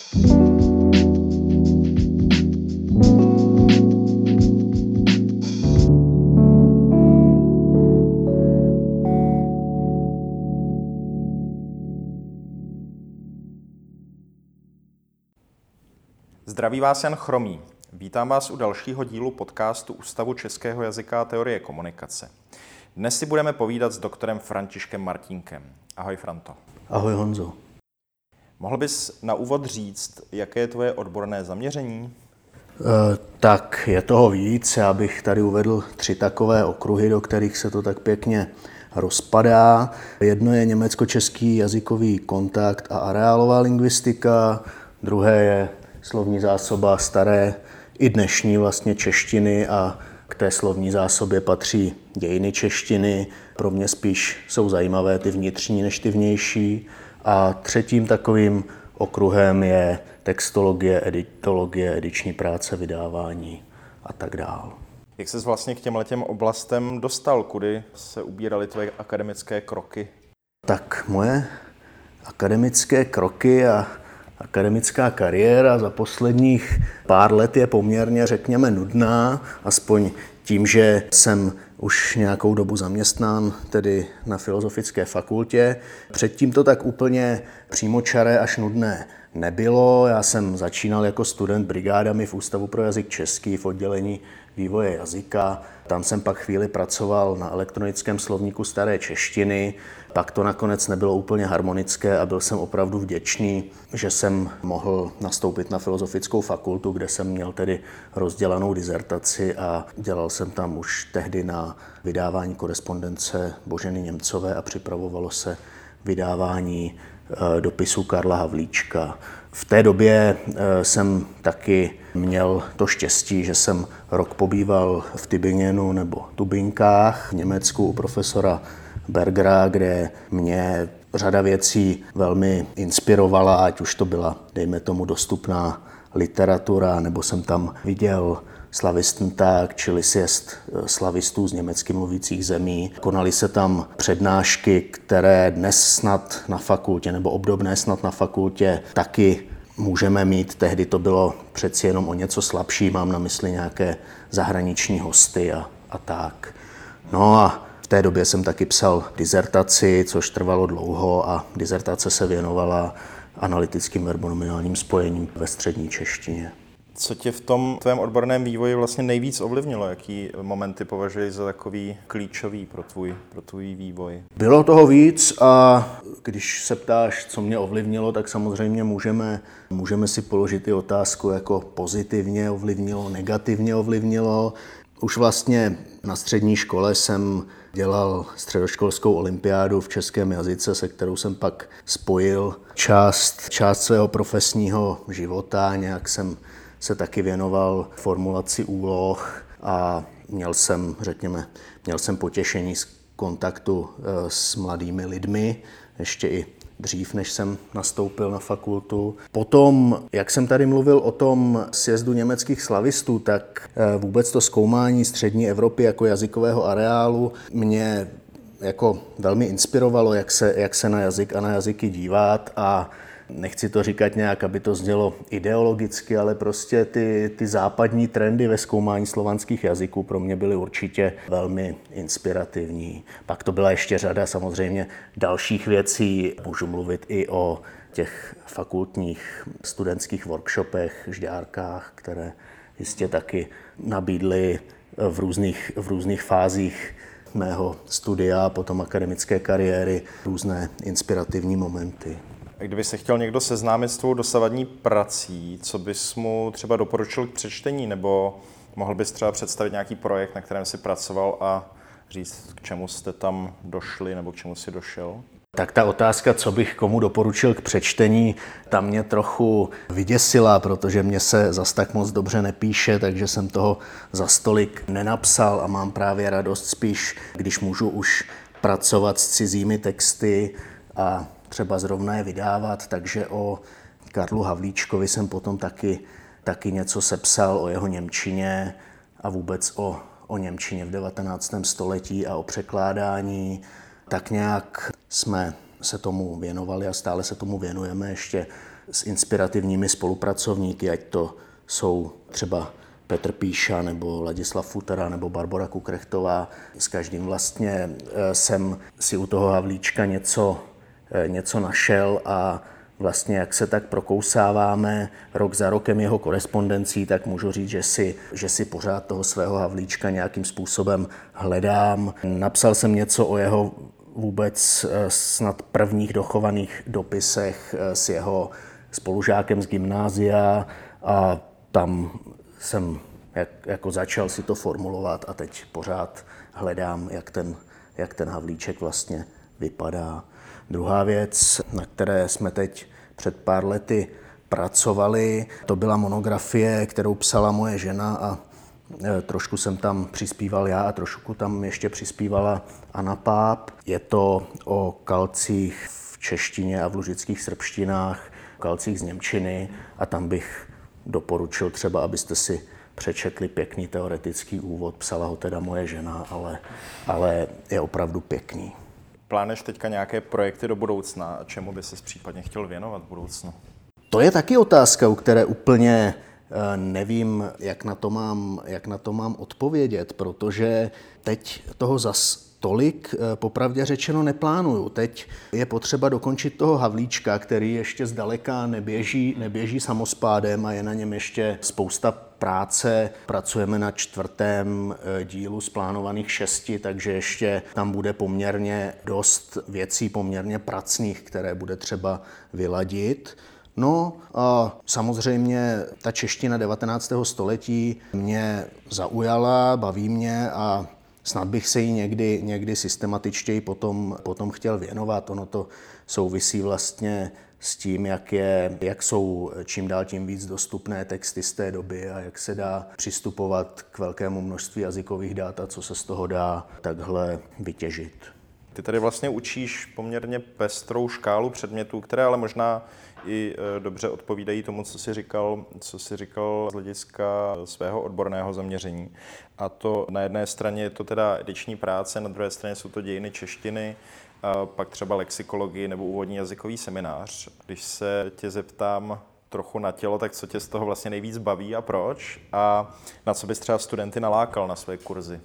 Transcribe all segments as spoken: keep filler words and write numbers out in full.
Zdraví vás Jan Chromý. Vítám vás u dalšího dílu podcastu Ústavu českého jazyka a teorie komunikace. Dnes si budeme povídat s doktorem Františkem Martínkem. Ahoj, Franto. Ahoj, Honzo. Mohl bys na úvod říct, jaké je tvoje odborné zaměření? E, tak je toho víc. Já bych tady uvedl tři takové okruhy, do kterých se to tak pěkně rozpadá. Jedno je německo-český jazykový kontakt a areálová lingvistika, druhé je slovní zásoba staré i dnešní vlastně češtiny a k té slovní zásobě patří dějiny češtiny. Pro mě spíš jsou zajímavé ty vnitřní než ty vnější. A třetím takovým okruhem je textologie, editologie, ediční práce, vydávání a tak dál. Jak ses vlastně k těmhletěm oblastem dostal? Kudy se ubíraly tvoje akademické kroky? Tak moje akademické kroky a akademická kariéra za posledních pár let je poměrně, řekněme, nudná, aspoň tím, že jsem už nějakou dobu zaměstnán, tedy na Filozofické fakultě. Předtím to tak úplně přímočaré až nudné nebylo. Já jsem začínal jako student brigádami v Ústavu pro jazyk český v oddělení vývoje jazyka. Tam jsem pak chvíli pracoval na elektronickém slovníku staré češtiny. Pak to nakonec nebylo úplně harmonické a byl jsem opravdu vděčný, že jsem mohl nastoupit na Filozofickou fakultu, kde jsem měl tedy rozdělanou dizertaci a dělal jsem tam už tehdy na vydávání korespondence Boženy Němcové a připravovalo se vydávání dopisů Karla Havlíčka. V té době jsem taky měl to štěstí, že jsem rok pobýval v Tübingenu nebo Tubinkách v Německu u profesora Bergera, kde mě řada věcí velmi inspirovala, ať už to byla, dejme tomu, dostupná literatura, nebo jsem tam viděl Slavistentag, čili sjezd slavistů z německy mluvících zemí. Konaly se tam přednášky, které dnes snad na fakultě, nebo obdobné snad na fakultě, taky můžeme mít. Tehdy to bylo přeci jenom o něco slabší, mám na mysli nějaké zahraniční hosty a, a tak. No a v té době jsem taky psal dizertaci, což trvalo dlouho a dizertace se věnovala analytickým verbonominálním spojením ve střední češtině. Co tě v tom tvém odborném vývoji vlastně nejvíc ovlivnilo? Jaký momenty považuješ za takový klíčový pro tvůj, pro tvůj vývoj? Bylo toho víc a když se ptáš, co mě ovlivnilo, tak samozřejmě můžeme, můžeme si položit i otázku, jako pozitivně ovlivnilo, negativně ovlivnilo. Už vlastně na střední škole jsem dělal středoškolskou olympiádu v českém jazyce, se kterou jsem pak spojil část, část svého profesního života. Nějak jsem se taky věnoval formulaci úloh a měl jsem, řekněme, měl jsem potěšení z kontaktu s mladými lidmi, ještě i dřív, než jsem nastoupil na fakultu. Potom, jak jsem tady mluvil o tom sjezdu německých slavistů, tak vůbec to zkoumání střední Evropy jako jazykového areálu mě jako velmi inspirovalo, jak se, jak se na jazyk a na jazyky dívat a nechci to říkat nějak, aby to znělo ideologicky, ale prostě ty, ty západní trendy ve zkoumání slovanských jazyků pro mě byly určitě velmi inspirativní. Pak to byla ještě řada samozřejmě dalších věcí. Můžu mluvit i o těch fakultních studentských workshopech, žďárkách, které jistě taky nabídly v různých, v různých fázích mého studia, potom akademické kariéry, různé inspirativní momenty. Kdyby se chtěl někdo seznámit s tvou dosavadní prací, co bys mu třeba doporučil k přečtení, nebo mohl bys třeba představit nějaký projekt, na kterém jsi pracoval a říct, k čemu jste tam došli nebo k čemu jsi došel? Tak ta otázka, co bych komu doporučil k přečtení, ta mě trochu vyděsila, protože mě se zas tak moc dobře nepíše, takže jsem toho za stolik nenapsal a mám právě radost spíš, když můžu už pracovat s cizími texty a třeba zrovna je vydávat, takže o Karlu Havlíčkovi jsem potom taky, taky něco sepsal, o jeho němčině a vůbec o, o němčině v devatenáctém století a o překládání. Tak nějak jsme se tomu věnovali a stále se tomu věnujeme ještě s inspirativními spolupracovníky, ať to jsou třeba Petr Píša nebo Ladislav Futera nebo Barbora Kukrechtová. S každým vlastně jsem si u toho Havlíčka něco, něco našel a vlastně jak se tak prokousáváme rok za rokem jeho korespondencí, tak můžu říct, že si, že si pořád toho svého Havlíčka nějakým způsobem hledám. Napsal jsem něco o jeho vůbec snad prvních dochovaných dopisech s jeho spolužákem z gymnázia a tam jsem jak, jako začal si to formulovat a teď pořád hledám, jak ten, jak ten Havlíček vlastně vypadá. Druhá věc, na které jsme teď před pár lety pracovali, to byla monografie, kterou psala moje žena a trošku jsem tam přispíval já a trošku tam ještě přispívala Anna Páp. Je to o kalcích v češtině a v lužických srbštinách, kalcích z němčiny a tam bych doporučil třeba, abyste si přečetli pěkný teoretický úvod. Psala ho teda moje žena, ale, ale je opravdu pěkný. Plánuješ teďka nějaké projekty do budoucna a čemu by ses případně chtěl věnovat v budoucnu? To je taky otázka, u které úplně nevím, jak na to mám, jak na to mám odpovědět, protože teď toho zas tolik popravdě řečeno neplánuju. Teď je potřeba dokončit toho Havlíčka, který ještě zdaleka neběží, neběží samospádem a je na něm ještě spousta práce. Pracujeme na čtvrtém dílu z plánovaných šesti, takže ještě tam bude poměrně dost věcí, poměrně pracných, které bude třeba vyladit. No a samozřejmě ta čeština devatenáctého století mě zaujala, baví mě a snad bych se jí někdy, někdy systematičtěji potom, potom chtěl věnovat. Ono to souvisí vlastně s tím, jak, je, jak jsou čím dál tím víc dostupné texty z té doby a jak se dá přistupovat k velkému množství jazykových dat a co se z toho dá takhle vytěžit. Ty tady vlastně učíš poměrně pestrou škálu předmětů, které ale možná i dobře odpovídají tomu, co jsi říkal, co jsi říkal z hlediska svého odborného zaměření. A to na jedné straně je to teda ediční práce, na druhé straně jsou to dějiny češtiny, a pak třeba lexikologie nebo úvodní jazykový seminář. Když se tě zeptám trochu na tělo, tak co tě z toho vlastně nejvíc baví a proč? A na co bys třeba studenty nalákal na své kurzy?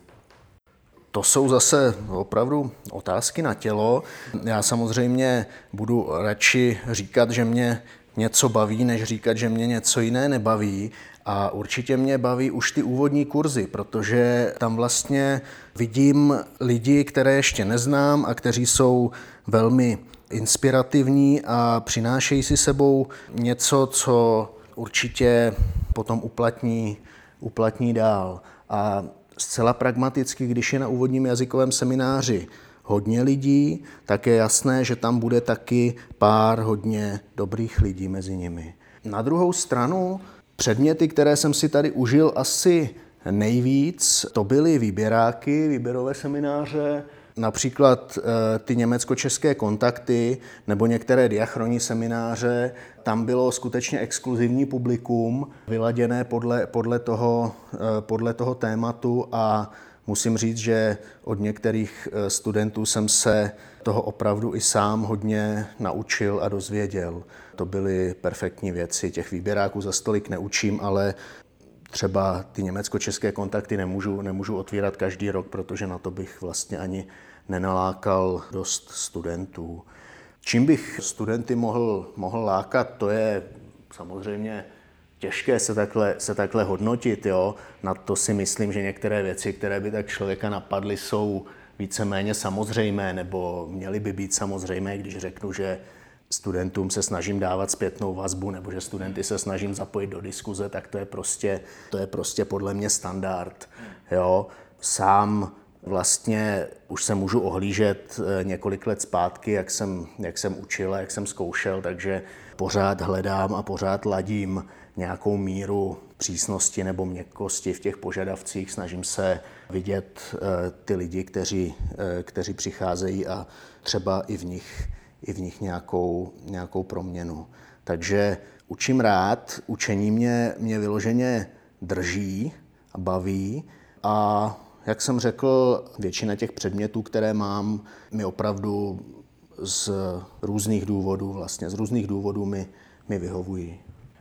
To jsou zase opravdu otázky na tělo. Já samozřejmě budu radši říkat, že mě něco baví, než říkat, že mě něco jiné nebaví. A určitě mě baví už ty úvodní kurzy, protože tam vlastně vidím lidi, které ještě neznám a kteří jsou velmi inspirativní a přinášejí si sebou něco, co určitě potom uplatní, uplatní dál. A zcela pragmaticky, když je na úvodním jazykovém semináři hodně lidí, tak je jasné, že tam bude taky pár hodně dobrých lidí mezi nimi. Na druhou stranu předměty, které jsem si tady užil asi nejvíc, to byly výběráky, výběrové semináře, například ty německo-české kontakty nebo některé diachronní semináře. Tam bylo skutečně exkluzivní publikum, vyladěné podle, podle, toho, podle toho tématu a musím říct, že od některých studentů jsem se toho opravdu i sám hodně naučil a dozvěděl. To byly perfektní věci. Těch výběráků za stolik neučím, ale třeba ty německo-české kontakty nemůžu, nemůžu otvírat každý rok, protože na to bych vlastně ani nenalákal dost studentů. Čím bych studenty mohl, mohl lákat, to je samozřejmě těžké se takhle, se takhle hodnotit. Jo? Na to si myslím, že některé věci, které by tak člověka napadly, jsou víceméně samozřejmé, nebo měly by být samozřejmé, když řeknu, že studentům se snažím dávat zpětnou vazbu, nebo že studenty se snažím zapojit do diskuze, tak to je prostě, to je prostě podle mě standard. Jo? Sám vlastně už se můžu ohlížet několik let zpátky, jak jsem, jak jsem učil a jak jsem zkoušel, takže pořád hledám a pořád ladím nějakou míru přísnosti nebo měkkosti v těch požadavcích. Snažím se vidět ty lidi, kteří, kteří přicházejí a třeba i v nich, i v nich nějakou, nějakou proměnu. Takže učím rád, učení mě, mě vyloženě drží a baví a jak jsem řekl, většina těch předmětů, které mám, mi opravdu z různých důvodů, vlastně z různých důvodů mi, mi vyhovují.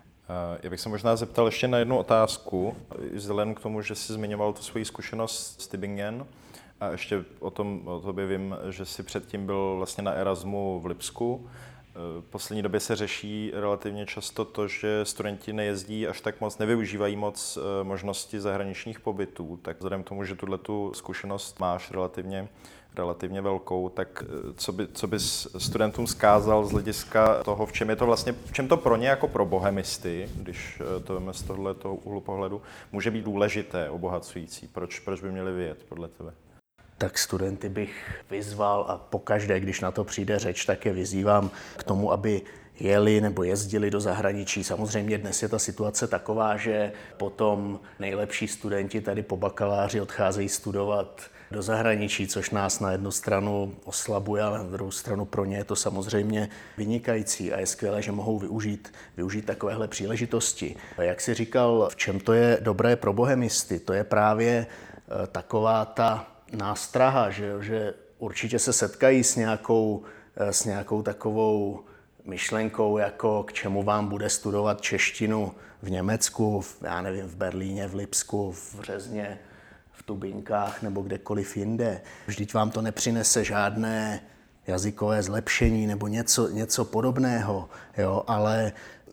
Já bych se možná zeptal ještě na jednu otázku, vzhledem k tomu, že jsi zmiňoval tu svoji zkušenost z Tübingen a ještě o tom o tobě vím, že jsi předtím byl vlastně na Erasmu v Lipsku. V poslední době se řeší relativně často to, že studenti nejezdí až tak moc, nevyužívají moc možnosti zahraničních pobytů. Tak vzhledem k tomu, že tuhletu zkušenost máš relativně, relativně velkou, tak co, by, co bys studentům vzkázal z hlediska toho, v čem je to vlastně, v čem to pro ně jako pro bohemisty, když to víme z tohoto úhlu pohledu, může být důležité, obohacující? Proč, proč by měli vyjet podle tebe? Tak studenty bych vyzval a pokaždé, když na to přijde řeč, tak je vyzývám k tomu, aby jeli nebo jezdili do zahraničí. Samozřejmě dnes je ta situace taková, že potom nejlepší studenti tady po bakaláři odcházejí studovat do zahraničí, což nás na jednu stranu oslabuje, ale na druhou stranu pro ně je to samozřejmě vynikající a je skvělé, že mohou využít, využít takovéhle příležitosti. Jak jsi říkal, v čem to je dobré pro bohemisty? To je právě taková ta nástraha, že, že určitě se setkají s nějakou, s nějakou takovou myšlenkou, jako k čemu vám bude studovat češtinu v Německu, v, já nevím, v Berlíně, v Lipsku, v Březně, v Tubinkách nebo kdekoliv jinde. Vždyť vám to nepřinese žádné jazykové zlepšení nebo něco, něco podobného, jo? Ale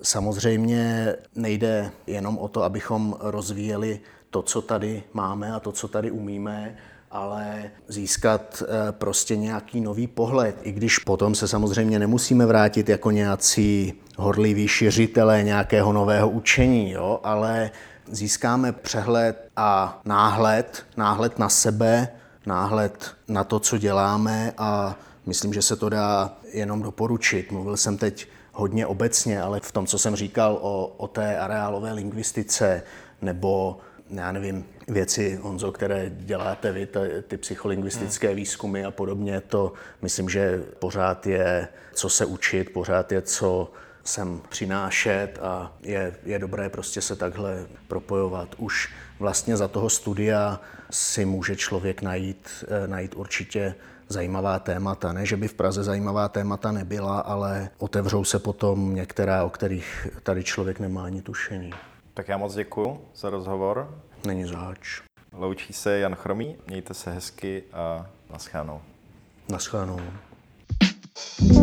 samozřejmě nejde jenom o to, abychom rozvíjeli to, co tady máme a to, co tady umíme, ale získat prostě nějaký nový pohled, i když potom se samozřejmě nemusíme vrátit jako nějací horliví šiřitelé nějakého nového učení, jo? Ale získáme přehled a náhled, náhled na sebe, náhled na to, co děláme a myslím, že se to dá jenom doporučit. Mluvil jsem teď hodně obecně, ale v tom, co jsem říkal o, o té areálové lingvistice nebo já nevím, věci, Honzo, které děláte vy, ty, ty psycholingvistické hmm. výzkumy a podobně, to myslím, že pořád je co se učit, pořád je co sem přinášet a je, je dobré prostě se takhle propojovat. Už vlastně za toho studia si může člověk najít, najít určitě zajímavá témata. Ne, že by v Praze zajímavá témata nebyla, ale otevřou se potom některá, o kterých tady člověk nemá ani tušení. Tak já moc děkuju za rozhovor. Není zač. Loučí se Jan Chromý, mějte se hezky a naschledanou. Naschledanou.